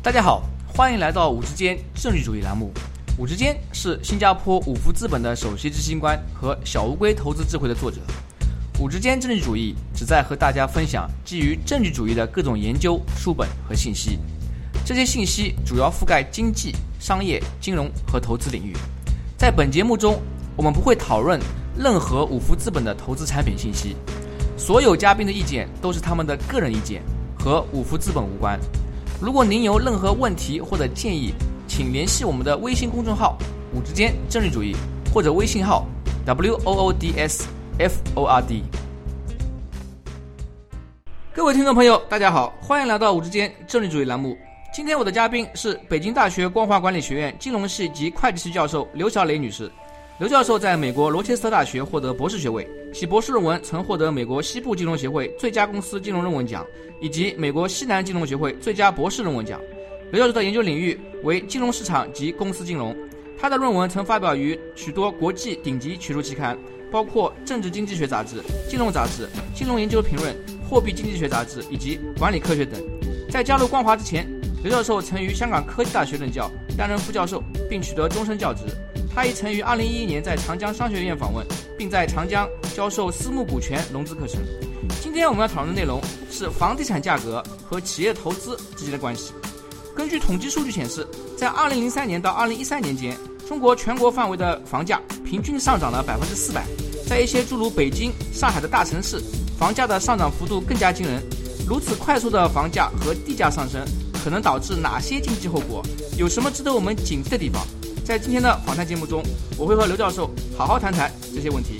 大家好，欢迎来到五之间政治主义栏目。五之间是新加坡五福资本的首席执行官和小乌龟投资智慧的作者。五之间政治主义旨在和大家分享基于政治主义的各种研究、书本和信息。这些信息主要覆盖经济、商业、金融和投资领域。在本节目中，我们不会讨论任何五福资本的投资产品信息。所有嘉宾的意见都是他们的个人意见，和五福资本无关。如果您有任何问题或者建议，请联系我们的微信公众号“五之间政治主义”或者微信号 WOODSFORD。各位听众朋友，大家好，欢迎来到五之间政治主义栏目。今天我的嘉宾是北京大学光华管理学院金融系及会计系教授刘晓磊女士。刘教授在美国罗切斯特大学获得博士学位，其博士论文曾获得美国西部金融协会最佳公司金融论文奖以及美国西南金融协会最佳博士论文奖。刘教授的研究领域为金融市场及公司金融，他的论文曾发表于许多国际顶级学术期刊，包括政治经济学杂志、金融杂志、金融研究评论、货币经济学杂志以及管理科学等。在加入光华之前，刘教授曾于香港科技大学任教，担任副教授，并取得终身教职。他亦曾于2011年在长江商学院访问，并在长江教授私募股权融资课程。今天我们要讨论的内容是房地产价格和企业投资之间的关系。根据统计数据显示，在2003年到2013年间，中国全国范围的房价平均上涨了400%。在一些诸如北京、上海的大城市，房价的上涨幅度更加惊人。如此快速的房价和地价上升，可能导致哪些经济后果？有什么值得我们警惕的地方？在今天的访谈节目中，我会和刘教授好好谈谈这些问题。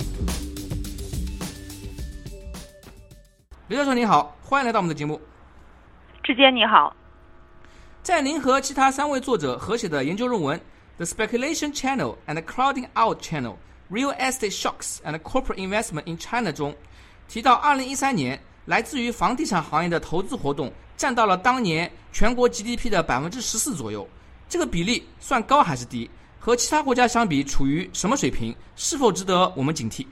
刘教授您好，欢迎来到我们的节目。 志坚你好。 在您和其他3位作者合写的研究论文《The Speculation Channel and the Crowding Out Channel: Real Estate Shocks and Corporate Investment in China》中提到，2013年来自于房地产行业的投资活动占到了当年全国 GDP 的14%左右。这个比例算高还是低？和其他国家相比处于什么水平？是否值得我们警惕？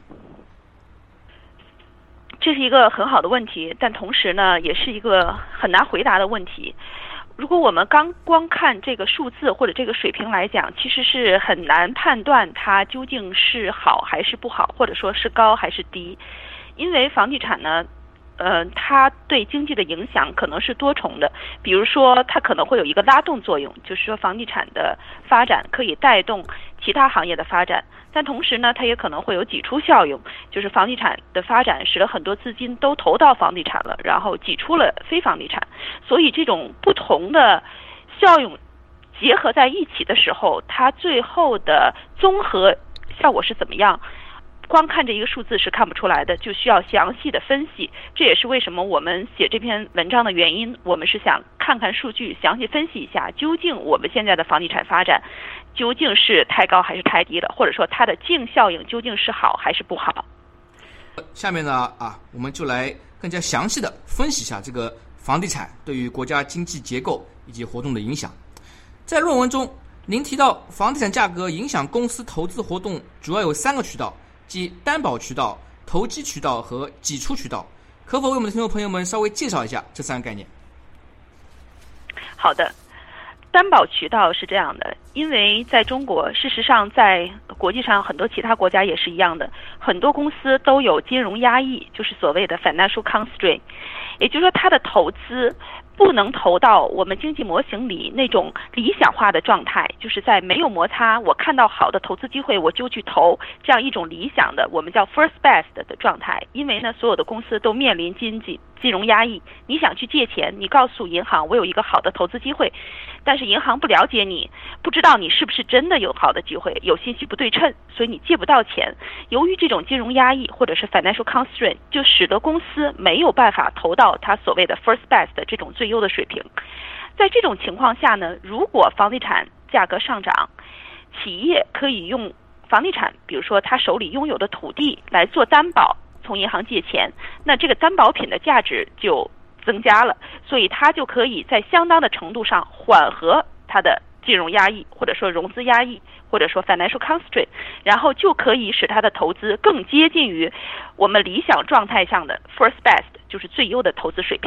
这是一个很好的问题，但同时呢，也是一个很难回答的问题。如果我们光看这个数字或者这个水平来讲，其实是很难判断它究竟是好还是不好，或者说是高还是低。因为房地产呢，它对经济的影响可能是多重的。比如说，它可能会有一个拉动作用，就是说房地产的发展可以带动其他行业的发展。但同时呢，它也可能会有挤出效应，就是房地产的发展使得很多资金都投到房地产了，然后挤出了非房地产。所以这种不同的效应结合在一起的时候，它最后的综合效果是怎么样？光看这一个数字是看不出来的，就需要详细的分析。这也是为什么我们写这篇文章的原因，我们是想看看数据，详细分析一下，究竟我们现在的房地产发展究竟是太高还是太低了，或者说它的净效应究竟是好还是不好。 下面呢我们就来更加详细的分析一下这个房地产对于国家经济结构以及活动的影响。在论文中，您提到房地产价格影响公司投资活动主要有3个渠道，即担保渠道、投机渠道和挤出渠道。可否为我们的听众朋友们稍微介绍一下这3个概念？ 好的，担保渠道是这样的，因为在中国，事实上在国际上很多其他国家也是一样的，很多公司都有金融压抑，就是所谓的 financial constraint， 也就是说它的投资不能投到我们经济模型里那种理想化的状态，就是在没有摩擦，我看到好的投资机会我就去投，这样一种理想的我们叫 first best 的状态。因为呢，所有的公司都面临金融压抑，你想去借钱，你告诉银行我有一个好的投资机会，但是银行不了解你，不知道你是不是真的有好的机会，有信息不对称，所以你借不到钱。由于这种金融压抑或者是 financial constraint， 就使得公司没有办法投到它所谓的 first best 的这种最优的水平。在这种情况下呢，如果房地产价格上涨，企业可以用房地产，比如说他手里拥有的土地来做担保，从银行借钱，那这个担保品的价值就增加了，所以它就可以在相当的程度上缓和它的金融压抑，或者说融资压抑，或者说 financial constraint， 然后就可以使它的投资更接近于我们理想状态上的 first best， 就是最优的投资水平。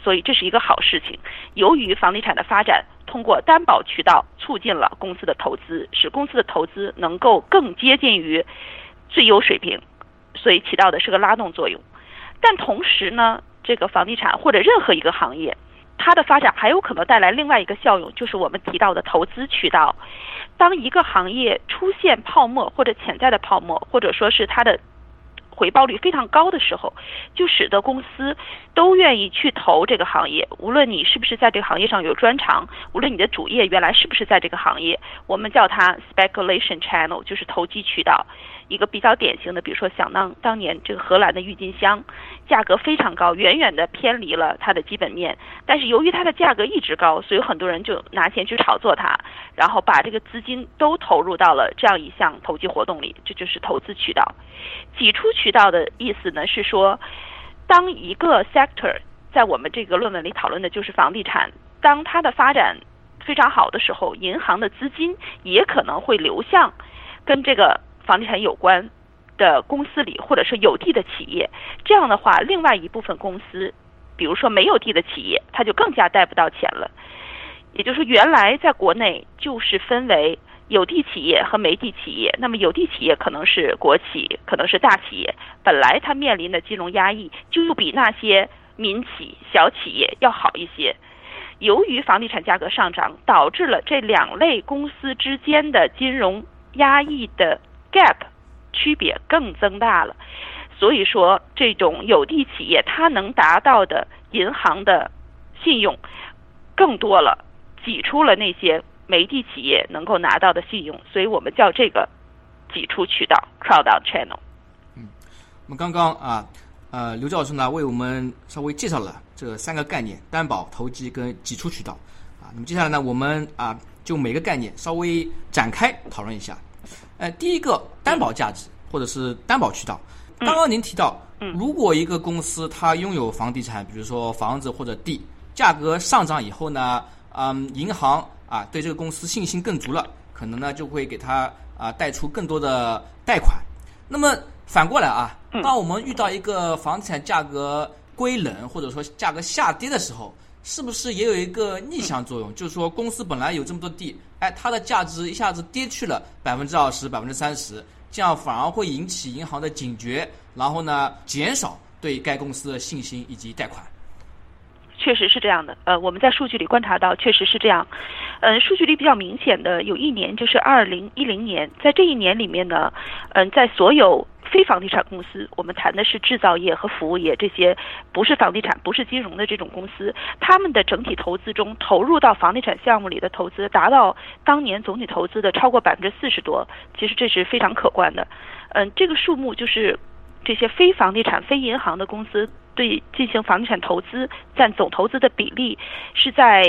所以这是一个好事情。由于房地产的发展通过担保渠道促进了公司的投资，使公司的投资能够更接近于最优水平，所以起到的是个拉动作用。但同时呢，这个房地产或者任何一个行业，它的发展还有可能带来另外一个效用，就是我们提到的投资渠道。当一个行业出现泡沫或者潜在的泡沫，或者说是它的回报率非常高的时候，就使得公司都愿意去投这个行业，无论你是不是在这个行业上有专长，无论你的主业原来是不是在这个行业，我们叫它 speculation channel， 就是投机渠道。一个比较典型的，比如说想当年这个荷兰的郁金香，价格非常高，远远的偏离了它的基本面，但是由于它的价格一直高，所以很多人就拿钱去炒作它，然后把这个资金都投入到了这样一项投机活动里，这就是投资渠道。挤出渠道的意思呢，是说当一个 sector， 在我们这个论文里讨论的就是房地产，当它的发展非常好的时候，银行的资金也可能会流向跟这个房地产有关的公司里，或者是有地的企业。这样的话，另外一部分公司，比如说没有地的企业，它就更加贷不到钱了。也就是说，原来在国内就是分为有地企业和没地企业，那么有地企业可能是国企，可能是大企业，本来它面临的金融压抑就又比那些民企、小企业要好一些。由于房地产价格上涨，导致了这两类公司之间的金融压抑的 gap 区别更增大了。所以说，这种有地企业它能达到的银行的信用更多了，挤出了那些没地企业能够拿到的信用，所以我们叫这个挤出渠道 crowd out channel。 我们刚刚刘教授呢为我们稍微介绍了这三个概念：担保、投机跟挤出渠道。那么接下来呢，我们就每个概念稍微展开讨论一下。第一个，担保价值或者是担保渠道。刚刚您提到，如果一个公司它拥有房地产，比如说房子或者地，价格上涨以后呢，银行对这个公司信心更足了，可能呢就会给它贷出更多的贷款。那么反过来当我们遇到一个房地产价格归冷或者说价格下跌的时候，是不是也有一个逆向作用？就是说公司本来有这么多地，它的价值一下子跌去了20%、30%，这样反而会引起银行的警觉，然后呢减少对该公司的信心以及贷款。 确实是这样的，我们在数据里观察到确实是这样。数据里比较明显的有一年就是2010年，在这一年里面呢，在所有非房地产公司，我们谈的是制造业和服务业，这些不是房地产、不是金融的这种公司，他们的整体投资中投入到房地产项目里的投资达到当年总体投资的超过40%多，其实这是非常可观的。这个数目就是这些非房地产、非银行的公司对进行房地产投资占总投资的比例是在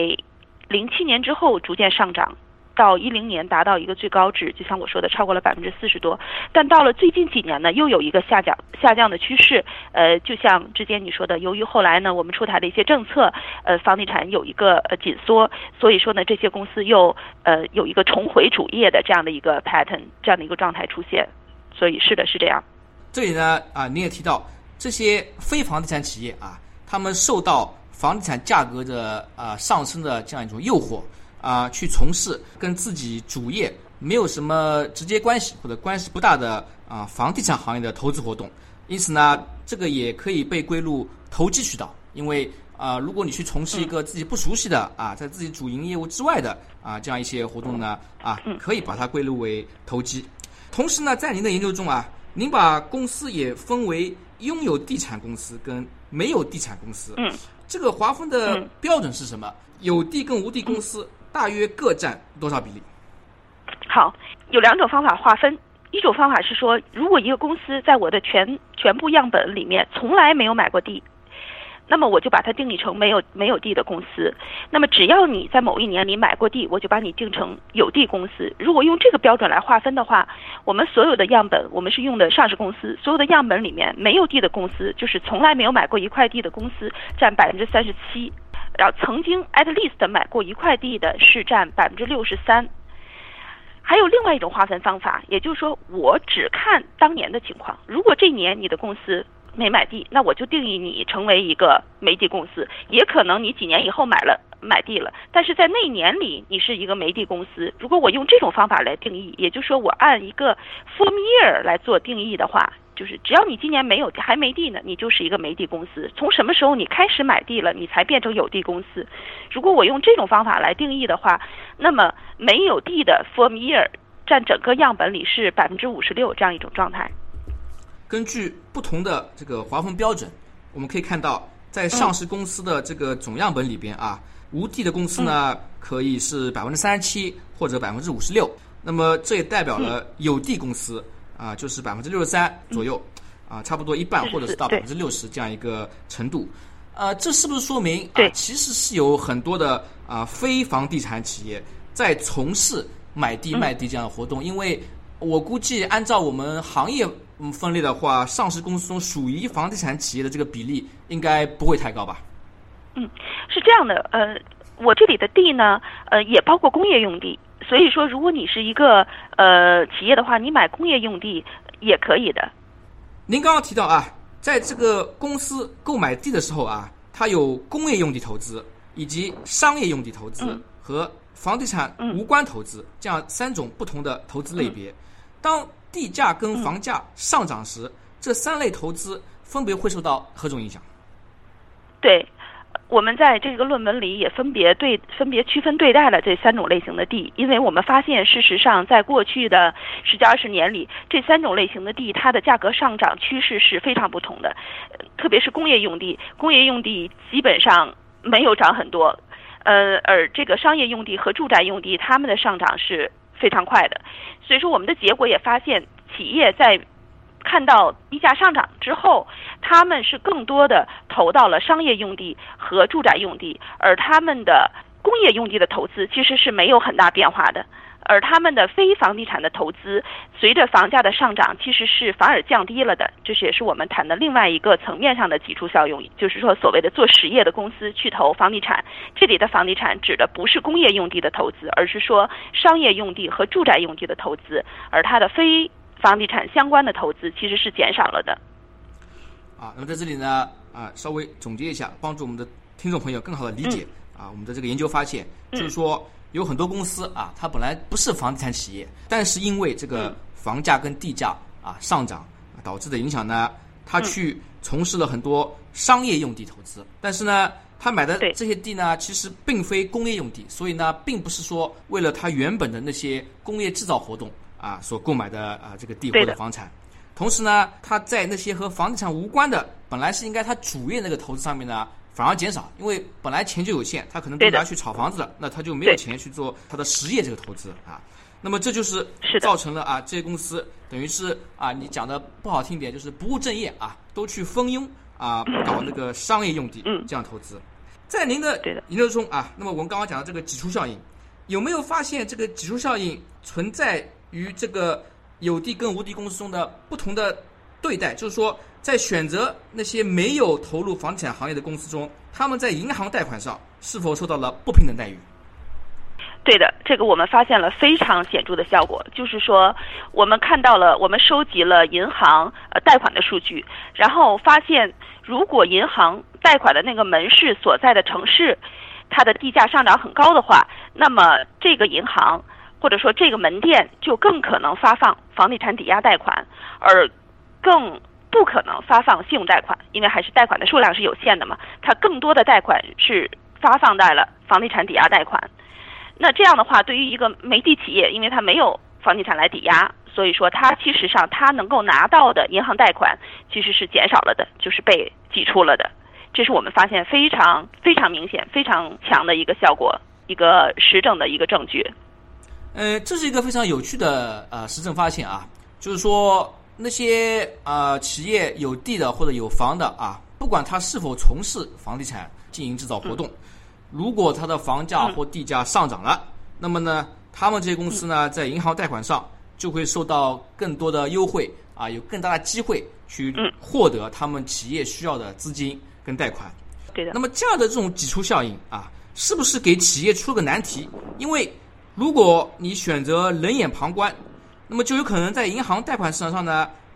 07年之后逐渐上涨，到10年达到一个最高值，就像我说的超过了40%多。但到了最近几年呢，又有一个下降的趋势。就像之前你说的，由于后来呢我们出台的一些政策，房地产有一个紧缩，所以说呢这些公司又有一个重回主业的这样的一个 pattern， 这样的一个状态出现。所以是的，是这样。 这里呢您也提到这些非房地产企业他们受到房地产价格的上升的这样一种诱惑去从事跟自己主业没有什么直接关系或者关系不大的房地产行业的投资活动，因此呢这个也可以被归入投机渠道。因为如果你去从事一个自己不熟悉的在自己主营业务之外的这样一些活动呢可以把它归入为投机。同时呢，在您的研究中您把公司也分为拥有地产公司跟没有地产公司。这个划分的标准是什么？有地跟无地公司大约各占多少比例？ 好，有两种方法划分。一种方法是说，如果一个公司在我的全部样本里面从来没有买过地，那么我就把它定义成没有地的公司。那么只要你在某一年里买过地，我就把你定成有地公司。如果用这个标准来划分的话，我们所有的样本，我们是用的上市公司，所有的样本里面没有地的公司，就是从来没有买过一块地的公司占37%，然后曾经 at least 买过一块地的是占63%。还有另外一种划分方法，也就是说我只看当年的情况，如果这一年你的公司没买地，那我就定义你成为一个煤地公司。也可能你几年以后买地了，但是在那一年里你是一个煤地公司。如果我用这种方法来定义，也就是说我按一个 form year 来做定义的话，就是只要你今年还没地呢，你就是一个煤地公司。从什么时候你开始买地了，你才变成有地公司。如果我用这种方法来定义的话，那么没有地的 form year 占整个样本里是56%这样一种状态。 根据不同的这个划分标准，我们可以看到，在上市公司的这个总样本里边啊，无地的公司呢可以是37%或者56%，那么这也代表了有地公司啊，就是63%左右啊，差不多一半或者是到60%这样一个程度。这是不是说明其实是有很多的非房地产企业在从事买地卖地这样的活动？因为我估计按照我们行业分类的话，上市公司中属于房地产企业的这个比例应该不会太高吧？ 是这样的，我这里的地呢，也包括工业用地，所以说如果你是一个企业的话，你买工业用地也可以的。 您刚刚提到啊，在这个公司购买地的时候啊，它有工业用地投资以及商业用地投资和房地产无关投资这样3种不同的投资类别。当地价跟房价上涨时，这3类投资分别会受到何种影响？ 对，我们在这个论文里也分别区分对待了这3种类型的地，因为我们发现事实上在过去的10几20年里，这3种类型的地它的价格上涨趋势是非常不同的。特别是工业用地基本上没有涨很多，而这个商业用地和住宅用地它们的上涨是非常快的。所以说我们的结果也发现，企业在看到地价上涨之后，他们是更多的投到了商业用地和住宅用地，而他们的工业用地的投资其实是没有很大变化的。而他们的非房地产的投资随着房价的上涨其实是反而降低了的，这也是我们谈的另外一个层面上的挤出效用，就是说所谓的做实业的公司去投房地产，这里的房地产指的不是工业用地的投资，而是说商业用地和住宅用地的投资，而它的非房地产相关的投资其实是减少了的。 那么在这里呢稍微总结一下，帮助我们的听众朋友更好的理解我们的这个研究发现，就是说有很多公司它本来不是房地产企业，但是因为这个房价跟地价上涨导致的影响呢，他去从事了很多商业用地投资，但是呢他买的这些地呢其实并非工业用地，所以呢并不是说为了他原本的那些工业制造活动所购买的这个地或者房产。同时呢他在那些和房地产无关的本来是应该他主业那个投资上面呢反而减少，因为本来钱就有限，他可能都拿去炒房子了，那他就没有钱去做他的实业这个投资那么这就是造成了这些公司等于是你讲的不好听点就是不务正业都去蜂拥搞那个商业用地这样投资。在您的研究中那么我们刚刚讲的这个挤出效应，有没有发现这个挤出效应存在于这个有地跟无地公司中的不同的对待？就是说在选择那些没有投入房地产行业的公司中，他们在银行贷款上是否受到了不平等待遇？ 对的，这个我们发现了非常显著的效果，就是说我们收集了银行贷款的数据，然后发现如果银行贷款的那个门市所在的城市它的地价上涨很高的话，那么这个银行或者说这个门店就更可能发放房地产抵押贷款，而更不可能发放信用贷款，因为还是贷款的数量是有限的嘛，它更多的贷款是发放在了房地产抵押贷款。那这样的话，对于一个煤地企业，因为它没有房地产来抵押，所以说它其实上它能够拿到的银行贷款其实是减少了的，就是被挤出了的。这是我们发现非常非常明显、非常强的一个效果，一个实证的一个证据。 这是一个非常有趣的实证发现就是说那些企业有地的或者有房的不管他是否从事房地产经营制造活动，如果它的房价或地价上涨了，那么呢他们这些公司呢在银行贷款上就会受到更多的优惠有更大的机会去获得他们企业需要的资金跟贷款。 对的。 那么这样的这种挤出效应是不是给企业出了个难题？因为如果你选择冷眼旁观，那么就有可能在银行贷款市场上呢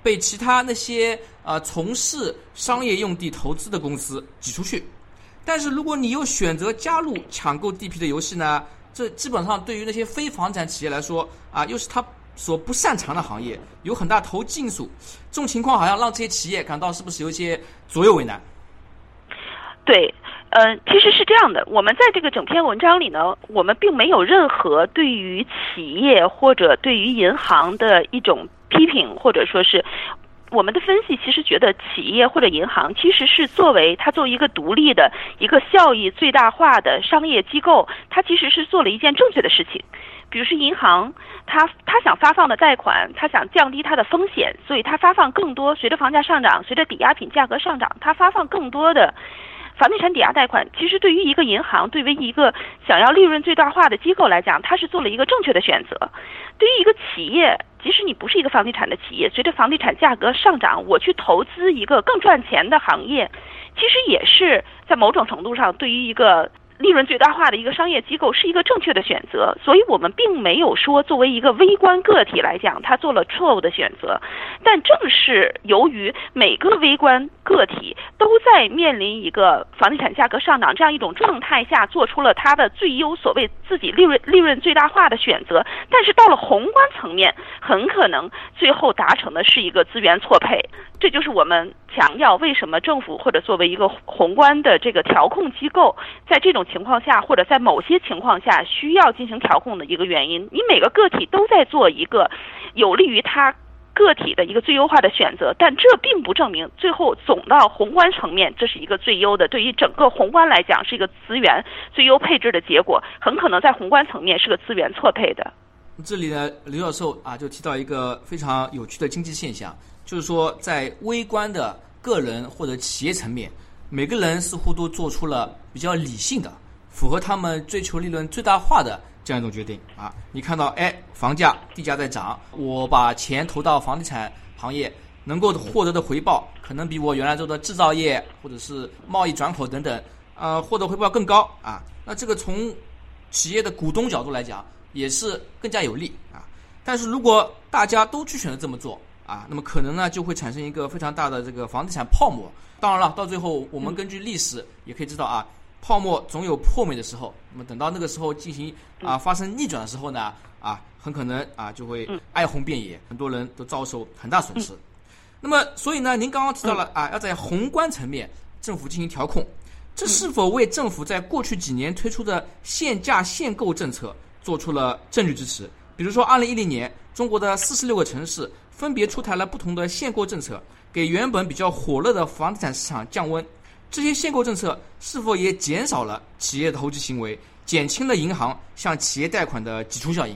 被其他那些从事商业用地投资的公司挤出去。但是如果你又选择加入抢购地皮的游戏呢，这基本上对于那些非房地产企业来说又是他所不擅长的行业，有很大投机因素。这种情况好像让这些企业感到是不是有一些左右为难？ 对，其实是这样的，我们在这个整篇文章里呢，我们并没有任何对于企业或者对于银行的一种批评，或者说是我们的分析，其实觉得企业或者银行其实是作为一个独立的一个效益最大化的商业机构，它其实是做了一件正确的事情。比如说银行，它想发放的贷款，它想降低它的风险，所以它发放更多，随着房价上涨，随着抵押品价格上涨，它发放更多的房地产抵押贷款。其实对于一个银行，对于一个想要利润最大化的机构来讲，它是做了一个正确的选择。对于一个企业，即使你不是一个房地产的企业，随着房地产价格上涨，我去投资一个更赚钱的行业，其实也是在某种程度上对于一个利润最大化的一个商业机构是一个正确的选择。所以我们并没有说作为一个微观个体来讲他做了错误的选择，但正是由于每个微观个体都在面临一个房地产价格上涨这样一种状态下，做出了他的最优所谓自己利润最大化的选择，但是到了宏观层面很可能最后达成的是一个资源错配。这就是我们强调为什么政府或者作为一个宏观的这个调控机构，在这种情况下或者在某些情况下需要进行调控的一个原因。你每个个体都在做一个有利于他个体的一个最优化的选择，但这并不证明最后总到宏观层面这是一个最优的，对于整个宏观来讲是一个资源最优配置的结果，很可能在宏观层面是个资源错配的。 这里呢，刘教授就提到一个非常有趣的经济现象，就是说在微观的个人或者企业层面，每个人似乎都做出了比较理性的符合他们追求利润最大化的这样一种决定你看到房价地价在涨，我把钱投到房地产行业能够获得的回报可能比我原来做的制造业或者是贸易转口等等获得回报更高那这个从企业的股东角度来讲也是更加有利但是如果大家都去选择这么做那么可能呢就会产生一个非常大的这个房地产泡沫。当然了，到最后我们根据历史也可以知道泡沫总有破灭的时候，那么等到那个时候进行发生逆转的时候呢很可能就会哀鸿遍野，很多人都遭受很大损失。那么所以呢，您刚刚提到了要在宏观层面政府进行调控，这是否为政府在过去几年推出的限价限购政策做出了证据支持？比如说2010年中国的46个城市分别出台了不同的限购政策，给原本比较火热的房地产市场降温。这些限购政策是否也减少了企业的投机行为，减轻了银行向企业贷款的挤出效应？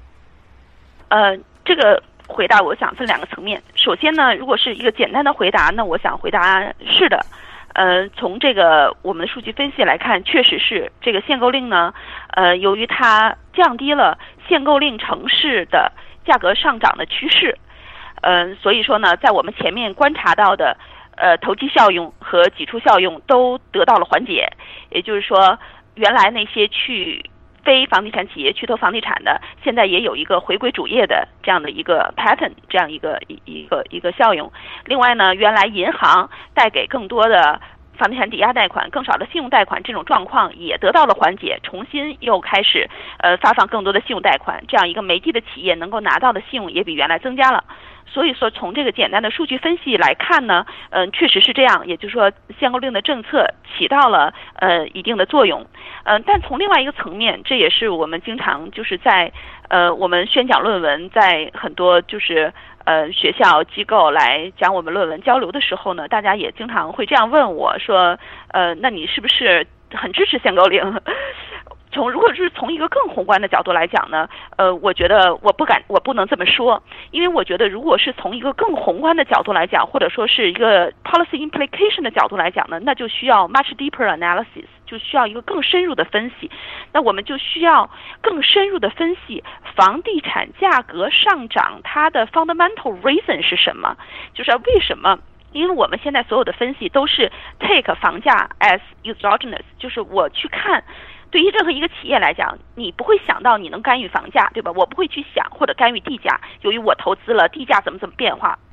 这个回答我想分两个层面。首先呢，如果是一个简单的回答，那我想回答是的。从这个我们的数据分析来看，确实是这个限购令呢，由于它降低了限购令城市的价格上涨的趋势，所以说呢，在我们前面观察到的投机效用和挤出效用都得到了缓解。也就是说，原来那些去非房地产企业去投房地产的，现在也有一个回归主业的这样的一个 pattern， 这样一个效用。另外呢，原来银行贷给更多的房地产抵押贷款，更少的信用贷款，这种状况也得到了缓解，重新又开始发放更多的信用贷款，这样一个煤地的企业能够拿到的信用也比原来增加了。所以说从这个简单的数据分析来看呢，确实是这样，也就是说限购令的政策起到了一定的作用。但从另外一个层面，这也是我们经常就是在我们宣讲论文，在很多就是学校机构来讲我们论文交流的时候呢，大家也经常会这样问我说，那你是不是很支持限购令？如果是从一个更宏观的角度来讲呢，我觉得我不能这么说，因为我觉得如果是从一个更宏观的角度来讲，或者说是一个 policy implication 的角度来讲呢，那就需要 much deeper analysis， 就需要一个更深入的分析。那我们就需要更深入的分析房地产价格上涨它的 fundamental reason 是什么，就是为什么。因为我们现在所有的分析都是 take 房价 as exogenous， 就是我去看对于任何一个企业来讲，你不会想到你能干预房价，对吧？我不会去想或者干预地价，由于我投资了地价怎么变化，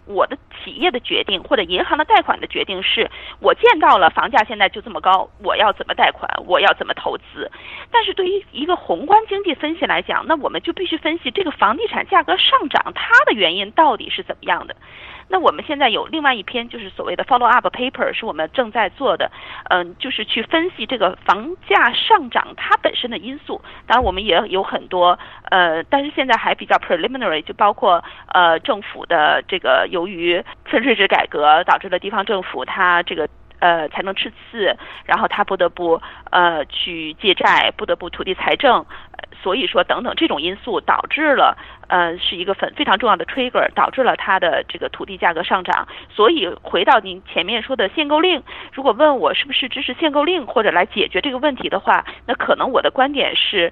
我的企业的决定或者银行的贷款的决定是，我见到了房价现在就这么高，我要怎么贷款，我要怎么投资。但是对于一个宏观经济分析来讲，那我们就必须分析这个房地产价格上涨它的原因到底是怎么样的。那我们现在有另外一篇就是所谓的 follow up paper 是我们正在做的，就是去分析这个房价上涨它本身的因素。当然我们也有很多但是现在还比较 preliminary， 就包括政府的这个由于分税制改革导致了地方政府它这个财政赤字，然后他不得不去借债，不得不土地财政，所以说等等这种因素导致了是一个非常重要的 trigger， 导致了它的这个土地价格上涨。所以回到您前面说的限购令，如果问我是不是支持限购令或者来解决这个问题的话，那可能我的观点是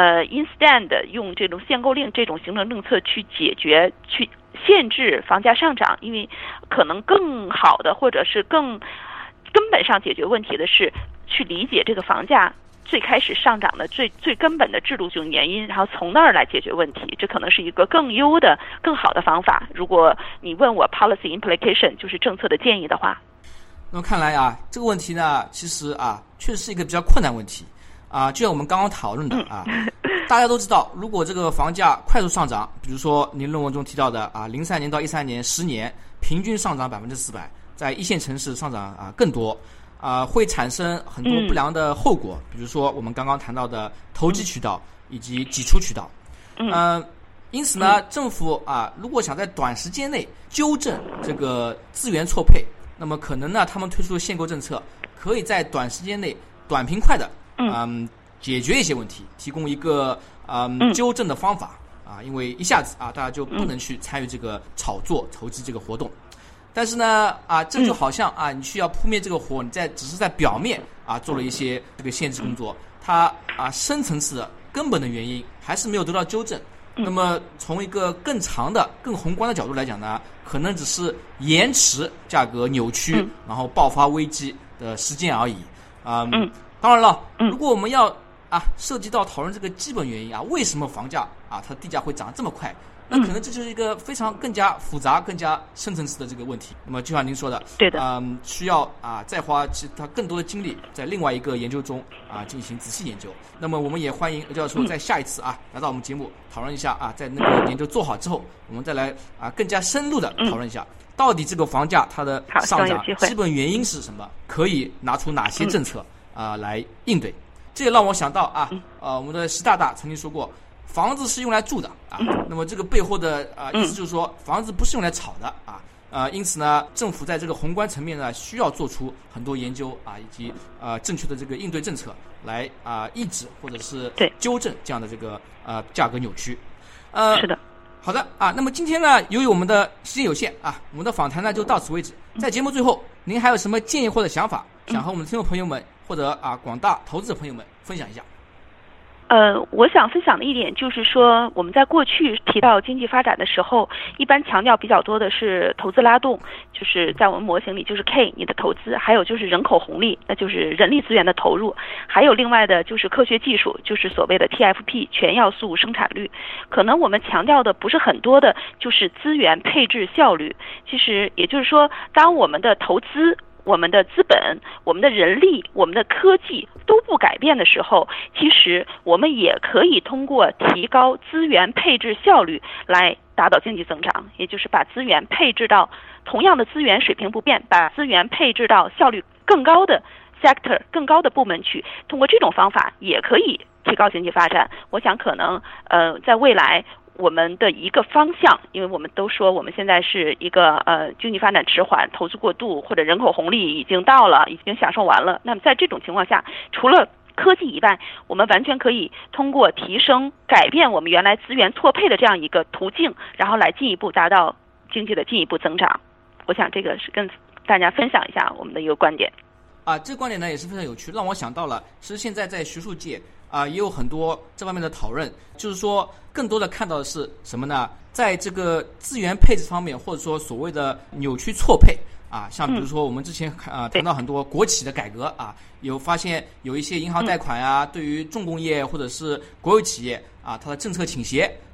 instead 用这种限购令这种行政政策去解决去限制房价上涨，因为可能更好的或者是更根本上解决问题的是去理解这个房价最开始上涨的最根本的制度性原因，然后从那儿来解决问题，这可能是一个更优的更好的方法。如果你问我 policy implication 就是政策的建议的话， 那么看来啊，这个问题呢，其实啊，确实是一个比较困难问题啊。就像我们刚刚讨论的啊，大家都知道，如果这个房价快速上涨，比如说您论文中提到的啊，03年到13年10年平均上涨400%，在一线城市上涨更多。会产生很多不良的后果，比如说我们刚刚谈到的投机渠道以及挤出渠道。因此呢，政府如果想在短时间内纠正这个资源错配，那么可能呢，他们推出的限购政策可以在短时间内短平快的解决一些问题，提供一个纠正的方法因为一下子大家就不能去参与这个炒作投机这个活动。但是呢，这就好像你需要扑灭这个火，你只是在表面做了一些这个限制工作，它深层次的根本的原因还是没有得到纠正。那么从一个更长的、更宏观的角度来讲呢，可能只是延迟价格扭曲，然后爆发危机的时间而已。当然了，如果我们要涉及到讨论这个基本原因为什么房价它地价会涨这么快？那可能这就是一个非常更加复杂、更加深层次的这个问题。那么就像您说的， 对的， 需要再花其他更多的精力在另外一个研究中进行仔细研究。那么我们也欢迎刘教授在下一次来到我们节目讨论一下在那个研究做好之后，我们再来更加深入的讨论一下，到底这个房价它的上涨基本原因是什么，可以拿出哪些政策来应对。这也让我想到我们的习大大曾经说过，房子是用来住的那么这个背后的意思就是说，房子不是用来炒的因此呢，政府在这个宏观层面呢，需要做出很多研究以及正确的这个应对政策来抑制或者是纠正这样的这个价格扭曲。 是的。 好的那么今天呢，由于我们的时间有限我们的访谈呢就到此为止。在节目最后，您还有什么建议或者想法，想和我们的听众朋友们或者广大投资者朋友们分享一下？ 我想分享的一点就是说，我们在过去提到经济发展的时候，一般强调比较多的是投资拉动，就是在我们模型里就是 K 你的投资，还有就是人口红利，那就是人力资源的投入，还有另外的就是科学技术，就是所谓的 TFP 全要素生产率。可能我们强调的不是很多的，就是资源配置效率。其实也就是说，当我们的投资、我们的资本、我们的人力、我们的科技都不改变的时候，其实我们也可以通过提高资源配置效率来达到经济增长，也就是把资源配置到同样的资源水平不变，把资源配置到效率更高的 sector 更高的部门去，通过这种方法也可以提高经济发展。我想可能在未来我们的一个方向，因为我们都说我们现在是一个经济发展迟缓、投资过度或者人口红利已经到了，已经享受完了。那么在这种情况下，除了科技以外，我们完全可以通过提升、改变我们原来资源错配的这样一个途径，然后来进一步达到经济的进一步增长。我想这个是跟大家分享一下我们的一个观点。 这个观点呢也是非常有趣，让我想到了，其实现在在学术界也有很多这方面的讨论，就是说更多的看到的是什么呢？在这个资源配置方面，或者说所谓的扭曲错配像比如说我们之前谈到很多国企的改革有发现有一些银行贷款对于重工业或者是国有企业它的政策倾斜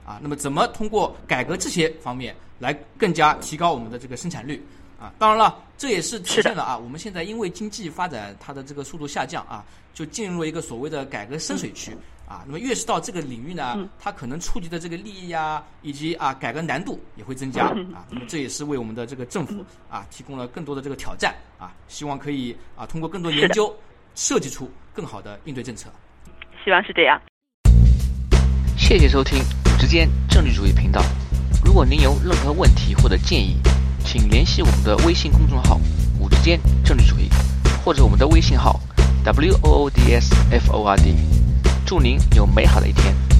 啊，那么怎么通过改革这些方面来更加提高我们的这个生产率啊？当然了，这也是体现了啊，我们现在因为经济发展它的这个速度下降啊，就进入了一个所谓的改革深水区啊。那么越是到这个领域呢，它可能触及的这个利益啊，以及啊改革难度也会增加啊。那么这也是为我们的这个政府啊提供了更多的这个挑战啊，希望可以啊通过更多研究设计出更好的应对政策。 希望是这样。 谢谢收听五之间政治主义频道。如果您有任何问题或者建议，请联系我们的微信公众号五之间政治主义，或者我们的微信号 WOODSFORD。祝您有美好的一天。